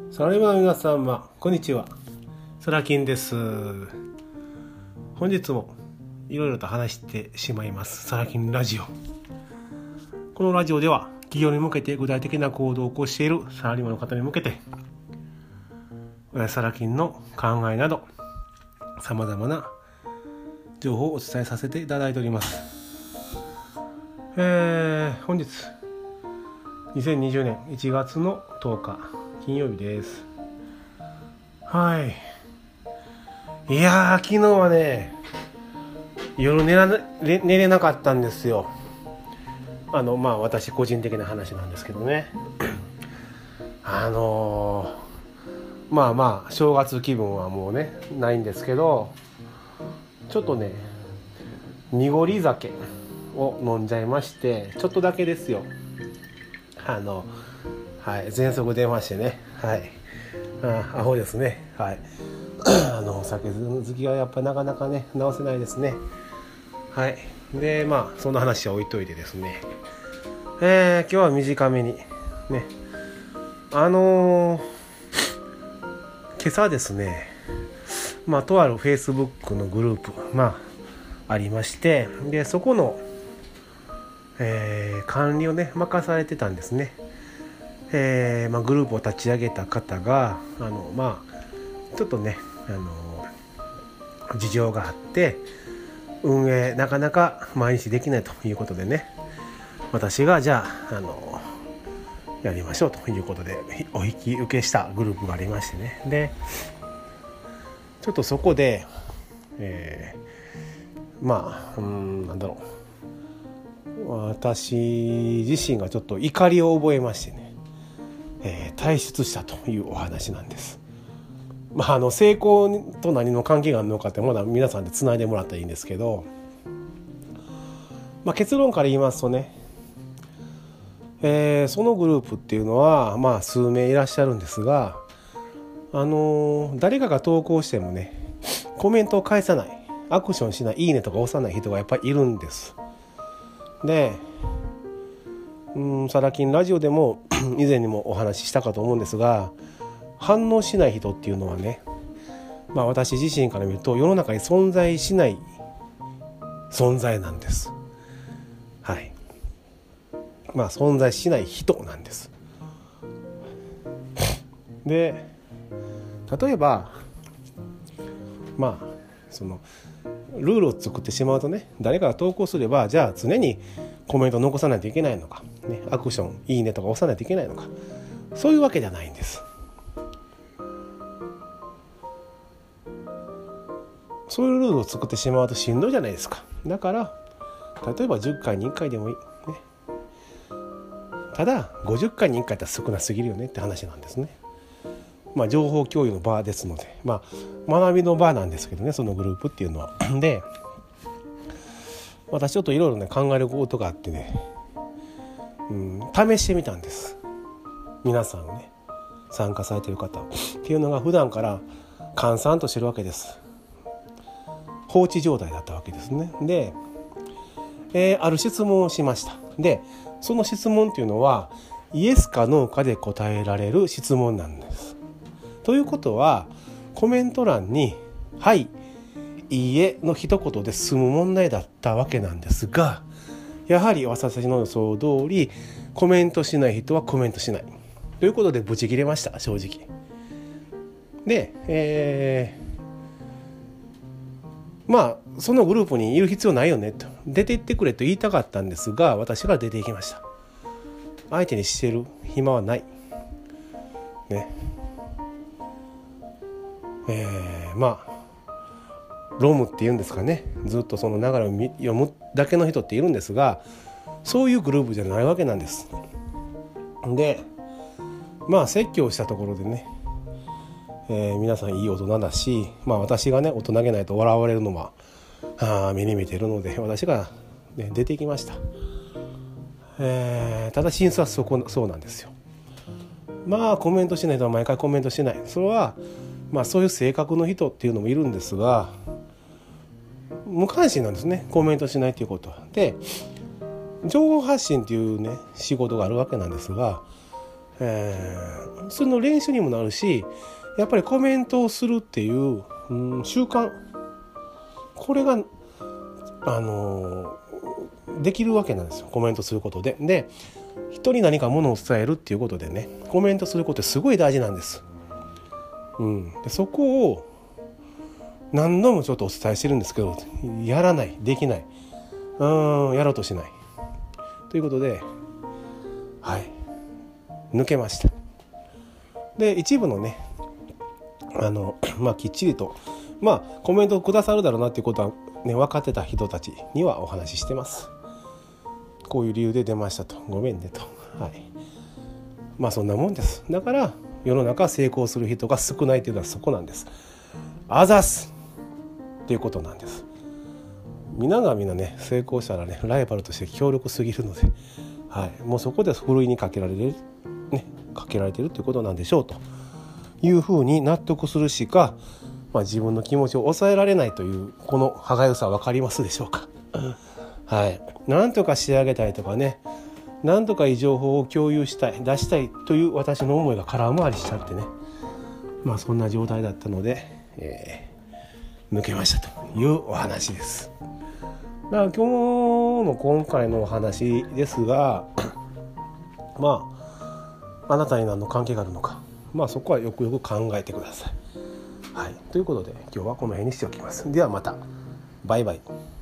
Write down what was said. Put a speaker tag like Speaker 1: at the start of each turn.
Speaker 1: サラリーマンの皆様、こんにちは。サラキンです。本日もいろいろと話してしまいますサラキンラジオ。このラジオでは企業に向けて具体的な行動を起こしているサラリーマンの方に向けてサラキンの考えなどさまざまな情報をお伝えさせていただいております。本日2020年1月の10日金曜日です。はい。いや昨日はね夜寝れなかったんですよ。私個人的な話なんですけどね正月気分はもうねないんですけど、ちょっとね濁り酒を飲んじゃいまして、ちょっとだけですよ。喘息出ましてね。アホですね。お酒好きはやっぱなかなかね治せないですね。でそんな話は置いといてですね、今日は短めにね今朝ですねとある Facebook のグループありまして、でそこの、管理をね任されてたんですね。グループを立ち上げた方がちょっとね事情があって運営なかなか毎日できないということでね、私がじゃあやりましょうということでお引き受けしたグループがありましてね。でちょっとそこで私自身がちょっと怒りを覚えましてね、退出したというお話なんです。成功と何の関係があるのかってまだ皆さんでつないでもらったらいいんですけど、結論から言いますとね、そのグループっていうのは数名いらっしゃるんですが、誰かが投稿してもねコメントを返さない、アクションしない、いいねとか押さない人がやっぱりいるんです。でサラキンラジオでも以前にもお話ししたかと思うんですが、反応しない人っていうのはね、私自身から見ると世の中に存在しない存在なんです。存在しない人なんです。で例えばそのルールを作ってしまうとね、誰かが投稿すればじゃあ常にコメントを残さないといけないのか、アクションいいねとか押さないといけないのか、そういうわけじゃないんです。そういうルールを作ってしまうとしんどいじゃないですか。だから例えば10回に1回でもいい、ただ50回に1回って少なすぎるよねって話なんですね。情報共有の場ですので、学びの場なんですけどね、そのグループっていうのは。で私ちょっといろいろね考えることがあってね、試してみたんです。皆さんね参加されている方っていうのが普段から閑散としてるわけです。放置状態だったわけですね。で、ある質問をしました。でその質問っていうのはイエスかノーかで答えられる質問なんです。ということはコメント欄にはいいいえの一言で済む問題だったわけなんですが、やはり私たちの予想通りコメントしない人はコメントしないということでブチ切れました、正直。で、そのグループにいる必要ないよねと、出て行ってくれと言いたかったんですが、私が出て行きました。相手にしてる暇はないね。ロムっていうんですかね、ずっとその流れを読むだけの人っているんですが、そういうグループじゃないわけなんです。で説教したところでね、皆さんいい大人だし、私がね大人げないと笑われるのは目に見てるので私が、出ていきました。ただ真相はそうなんですよ。コメントしない人は毎回コメントしない、それはそういう性格の人っていうのもいるんですが、無関心なんですね、コメントしないということは。で情報発信っていうね仕事があるわけなんですが、 その練習にもなるし、やっぱりコメントをするっていう、習慣、これができるわけなんですよ。コメントすることで。で、人に何かものを伝えるっていうことでね、コメントすることってすごい大事なんです。でそこを何度もちょっとお伝えしてるんですけど、やらない、できない、やろうとしないということで、抜けました。で、一部のね、きっちりとコメントをくださるだろうなっていうことはね、分かってた人たちにはお話ししてます。こういう理由で出ましたと、ごめんねと。そんなもんです。だから世の中成功する人が少ないというのはそこなんです。あざすっていうことなんです。皆が皆ね、成功したらね、ライバルとして強力すぎるので、もうそこでふるいにかけられているということなんでしょうというふうに納得するしか、自分の気持ちを抑えられないというこの歯がゆさは分かりますでしょうか。なんとか仕上げたいとかね、なんとかいい情報を共有したい、出したいという私の思いが空回りしちゃってね、そんな状態だったので、抜けましたというお話です。だから今回のお話ですが、あなたに何の関係があるのか、そこはよくよく考えてください。ということで今日はこの辺にしておきます。ではまた。バイバイ。